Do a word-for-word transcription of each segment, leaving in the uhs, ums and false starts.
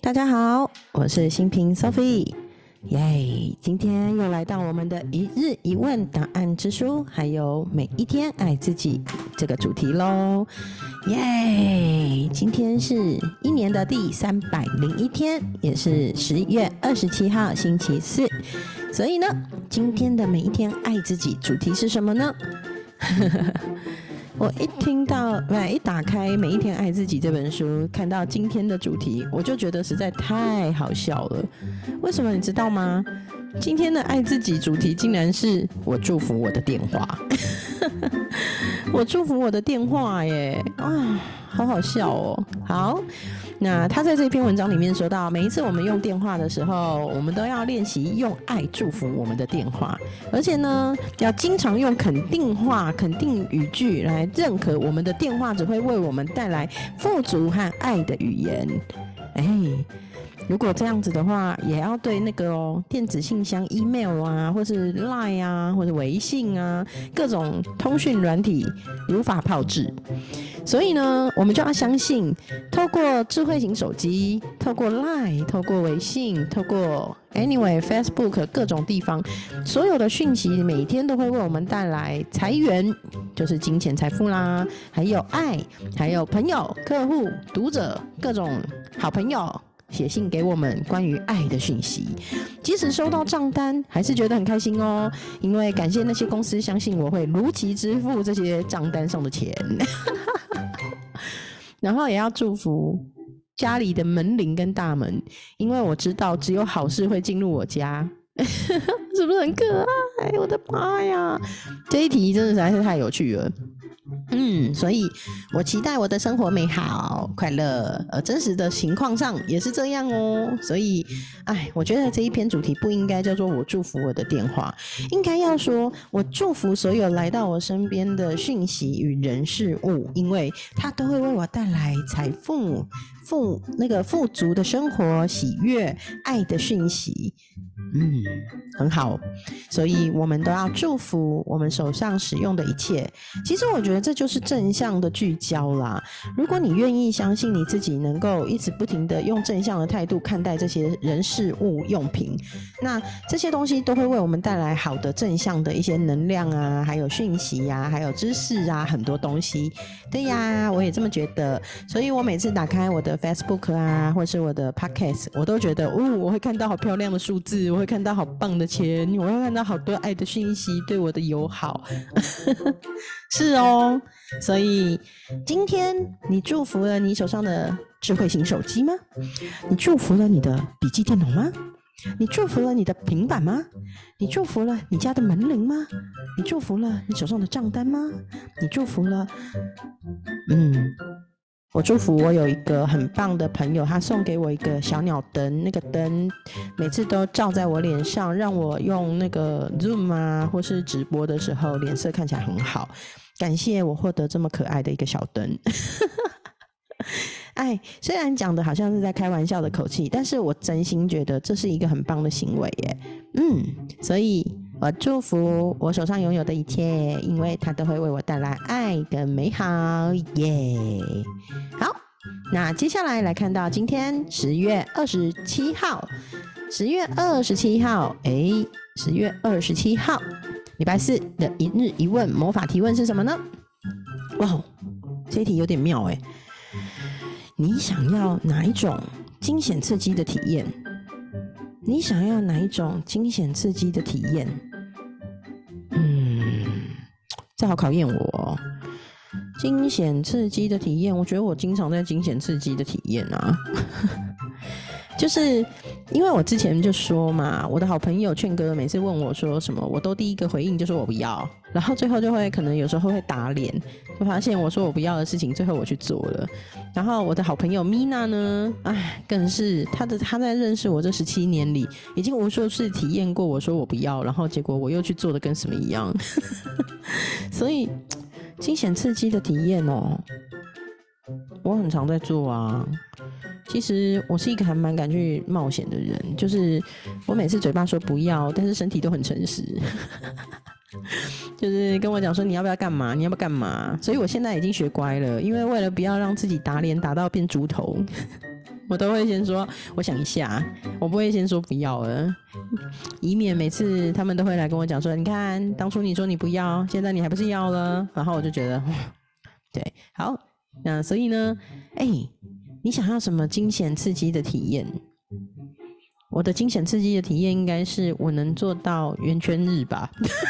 大家好，我是新平 Sophie， 耶！今天又来到我们的一日一问答案之书，还有每一天爱自己这个主题咯，耶！今天是一年的第三百零一天，也是十月二十七号星期四，所以呢，今天的每一天爱自己主题是什么呢？我一听到，不，一打开《每一天爱自己》这本书，看到今天的主题，我就觉得实在太好笑了。为什么你知道吗？今天的爱自己主题竟然是我祝福我的电话，我祝福我的电话耶！啊，好好笑哦。好。那他在这篇文章里面说到，每一次我们用电话的时候，我们都要练习用爱祝福我们的电话，而且呢，要经常用肯定话、肯定语句来认可我们的电话只会为我们带来富足和爱的语言。哎，如果这样子的话，也要对那个哦，电子信箱、email 啊，或是 Line 啊，或者微信啊，各种通讯软体如法炮制。所以呢，我们就要相信，透过智慧型手机，透过 Line， 透过微信，透过 Anyway、Facebook 各种地方，所有的讯息每天都会为我们带来财源，就是金钱财富啦，还有爱，还有朋友、客户、读者，各种好朋友写信给我们关于爱的讯息，即使收到账单，还是觉得很开心哦，因为感谢那些公司相信我会如期支付这些账单上的钱。然后也要祝福家里的门铃跟大门，因为我知道只有好事会进入我家。是不是很可爱？我的妈呀，这一题真的实在是太有趣了。嗯，所以我期待我的生活美好快乐，呃，真实的情况上也是这样哦。所以，哎，我觉得这一篇主题不应该叫做我祝福我的电话，应该要说我祝福所有来到我身边的讯息与人事物，因为它都会为我带来财富、富那个富足的生活、喜悦、爱的讯息。嗯，很好，所以我们都要祝福我们手上使用的一切。其实我觉得这就是正向的聚焦啦。如果你愿意相信你自己能够一直不停的用正向的态度看待这些人事物用品，那这些东西都会为我们带来好的正向的一些能量啊，还有讯息啊，还有知识啊，很多东西。对呀，我也这么觉得。所以我每次打开我的 Facebook 啊，或是我的 Podcast， 我都觉得，哦，我会看到好漂亮的数字，我会看到好棒的钱，我会看到好多爱的讯息，对我的友好。是哦，所以今天你祝福了你手上的智慧型手机吗？你祝福了你的笔记电脑吗？你祝福了你的平板吗？你祝福了你家的门铃吗？你祝福了你手上的账单吗？你祝福了，嗯。我祝福我有一个很棒的朋友，他送给我一个小鸟灯，那个灯每次都照在我脸上，让我用那个 Zoom 啊，或是直播的时候脸色看起来很好。感谢我获得这么可爱的一个小灯。哎，虽然讲的好像是在开玩笑的口气，但是我真心觉得这是一个很棒的行为耶。嗯，所以我祝福我手上拥有的一切，因为它都会为我带来爱跟美好耶。好，那接下来来看到今天十月二十七号，十月二十七号，哎，十月二十七号，礼拜四的一日一问魔法提问是什么呢？哇，这一题有点妙哎。你想要哪一种惊险刺激的体验？你想要哪一种惊险刺激的体验？嗯，这好考验我哦。惊险刺激的体验，我觉得我经常在惊险刺激的体验啊。就是因为我之前就说嘛，我的好朋友劝哥每次问我说什么，我都第一个回应就说我不要，然后最后就会可能有时候会打脸，就发现我说我不要的事情，最后我去做了。然后我的好朋友米娜呢，哎，更是她的她在认识我这十七年里，已经无数次体验过我说我不要，然后结果我又去做的跟什么一样。所以惊险刺激的体验哦，我很常在做啊。其实我是一个还蛮敢去冒险的人，就是我每次嘴巴说不要，但是身体都很诚实。就是跟我讲说你要不要干嘛，你要不要干嘛，所以我现在已经学乖了，因为为了不要让自己打脸打到变猪头， 我都会先说我想一下，我不会先说不要了，以免每次他们都会来跟我讲说，你看当初你说你不要，现在你还不是要了，然后我就觉得对，好，那所以呢，哎、欸，你想要什么惊险刺激的体验？我的惊险刺激的体验应该是我能做到圆圈日吧。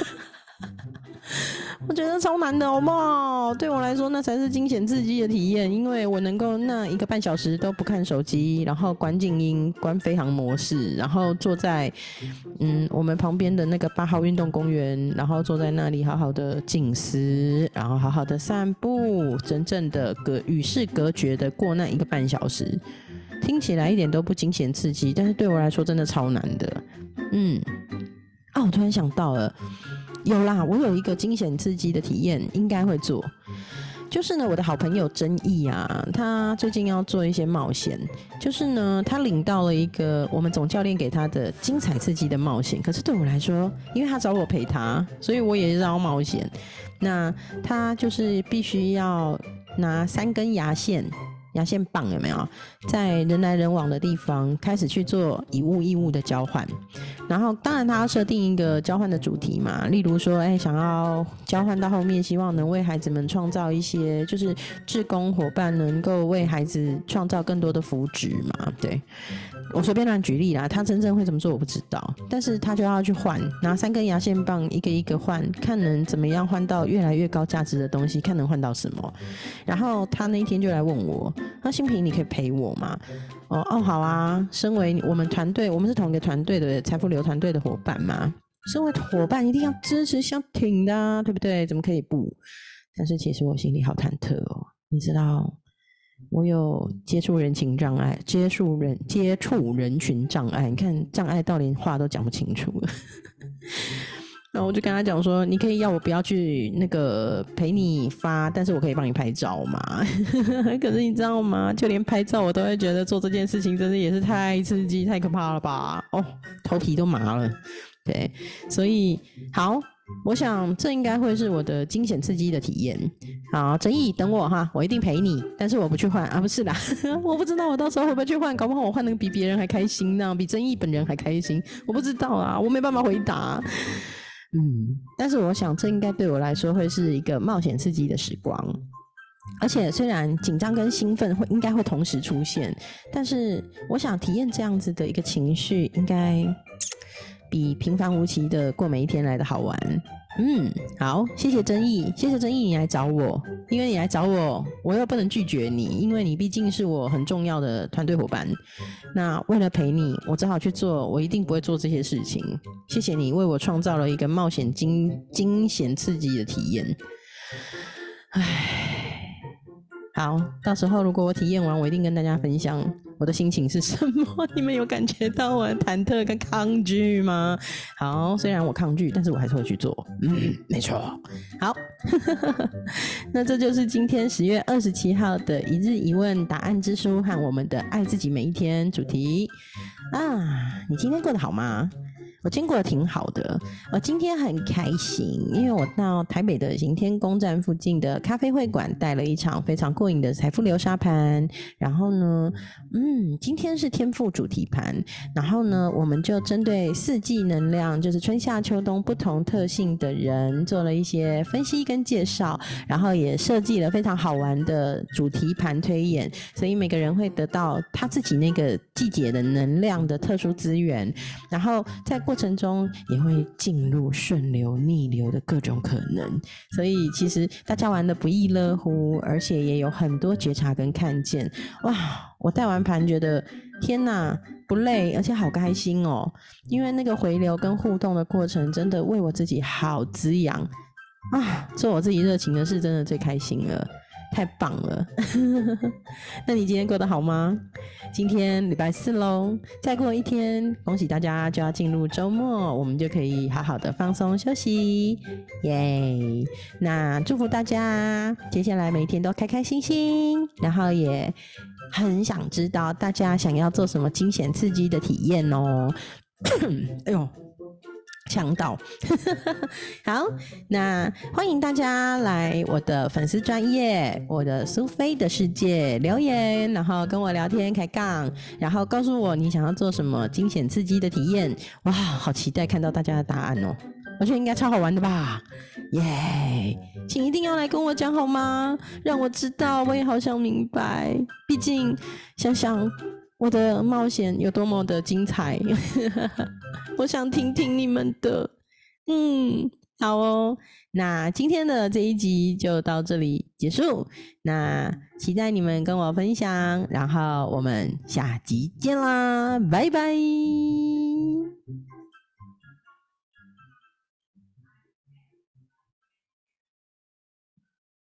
我觉得超难的，好不好？对我来说，那才是惊险刺激的体验，因为我能够那一个半小时都不看手机，然后关静音、关飞行模式，然后坐在嗯我们旁边的那个八号运动公园，然后坐在那里好好的静思，然后好好的散步，真正的隔与世隔绝的过那一个半小时。听起来一点都不惊险刺激，但是对我来说真的超难的。嗯，啊，我突然想到了。有啦，我有一个惊险刺激的体验，应该会做。就是呢，我的好朋友曾毅啊，他最近要做一些冒险。就是呢，他领到了一个我们总教练给他的精彩刺激的冒险。可是对我来说，因为他找我陪他，所以我也要冒险。那他就是必须要拿三根牙线。牙线棒有没有在人来人往的地方开始去做以物易物的交换，然后当然他要设定一个交换的主题嘛，例如说哎，想要交换到后面希望能为孩子们创造一些就是志工伙伴能够为孩子创造更多的福祉嘛，对，我随便乱举例啦，他真正会怎么做我不知道，但是他就要去换，拿三根牙线棒一个一个换，看能怎么样换到越来越高价值的东西，看能换到什么。然后他那一天就来问我，那新平你可以陪我吗？哦哦好啊，身为我们团队，我们是同一个团队的财富流团队的伙伴嘛，身为伙伴一定要支持相挺的啊，对不对？怎么可以不？但是其实我心里好忐忑哦，你知道我有接触人情障碍，接触人接触人群障碍，你看障碍到连话都讲不清楚了。然后我就跟他讲说，你可以要我不要去那个陪你发，但是我可以帮你拍照嘛。可是你知道吗？就连拍照我都会觉得做这件事情真的也是太刺激、太可怕了吧？哦，头皮都麻了。对，所以好。我想这应该会是我的惊险刺激的体验。好，曾毅等我哈，我一定陪你，但是我不去换啊，不是啦。我不知道我到时候会不会去换，搞不好我换的比别人还开心呢，比曾毅本人还开心，我不知道啊，我没办法回答。嗯，但是我想这应该对我来说会是一个冒险刺激的时光，而且虽然紧张跟兴奋会应该会同时出现，但是我想体验这样子的一个情绪应该比平凡无奇的过每一天来的好玩。嗯，好，谢谢曾毅，谢谢曾毅你来找我，因为你来找我，我又不能拒绝你，因为你毕竟是我很重要的团队伙伴。那为了陪你，我只好去做我一定不会做这些事情。谢谢你为我创造了一个冒险惊惊险刺激的体验。唉，好，到时候如果我体验完，我一定跟大家分享我的心情是什么。你们有感觉到我的忐忑跟抗拒吗？好，虽然我抗拒，但是我还是会去做。嗯，没错。好，那这就是今天十月二十七号的一日一问答案之书和我们的爱自己每一天主题啊。你今天过得好吗？我今天过得挺好的，我今天很开心，因为我到台北的行天宫站附近的咖啡会馆带了一场非常过瘾的财富流沙盘，然后呢，嗯，今天是天赋主题盘，然后呢，我们就针对四季能量，就是春夏秋冬不同特性的人做了一些分析跟介绍，然后也设计了非常好玩的主题盘推演，所以每个人会得到他自己那个季节的能量的特殊资源，然后在过程中也会进入顺流逆流的各种可能，所以其实大家玩得不亦乐乎，而且也有很多觉察跟看见。哇，我带完盘觉得天哪，不累，而且好开心哦，因为那个回流跟互动的过程真的为我自己好滋养啊，做我自己热情的事真的最开心了，太棒了。那你今天过得好吗？今天礼拜四咯，再过一天恭喜大家就要进入周末，我们就可以好好的放松休息耶。那祝福大家接下来每天都开开心心，然后也很想知道大家想要做什么惊险刺激的体验哦。哎呦， 呛到。好，那欢迎大家来我的粉丝专页，我的苏菲的世界留言，然后跟我聊天开杠，然后告诉我你想要做什么惊险刺激的体验。哇，好期待看到大家的答案哦！我觉得应该超好玩的吧，耶、yeah ！请一定要来跟我讲好吗？让我知道，我也好想明白。毕竟想想我的冒险有多么的精彩，我想听听你们的。嗯，好哦，那今天的这一集就到这里结束。那期待你们跟我分享，然后我们下集见啦，拜拜。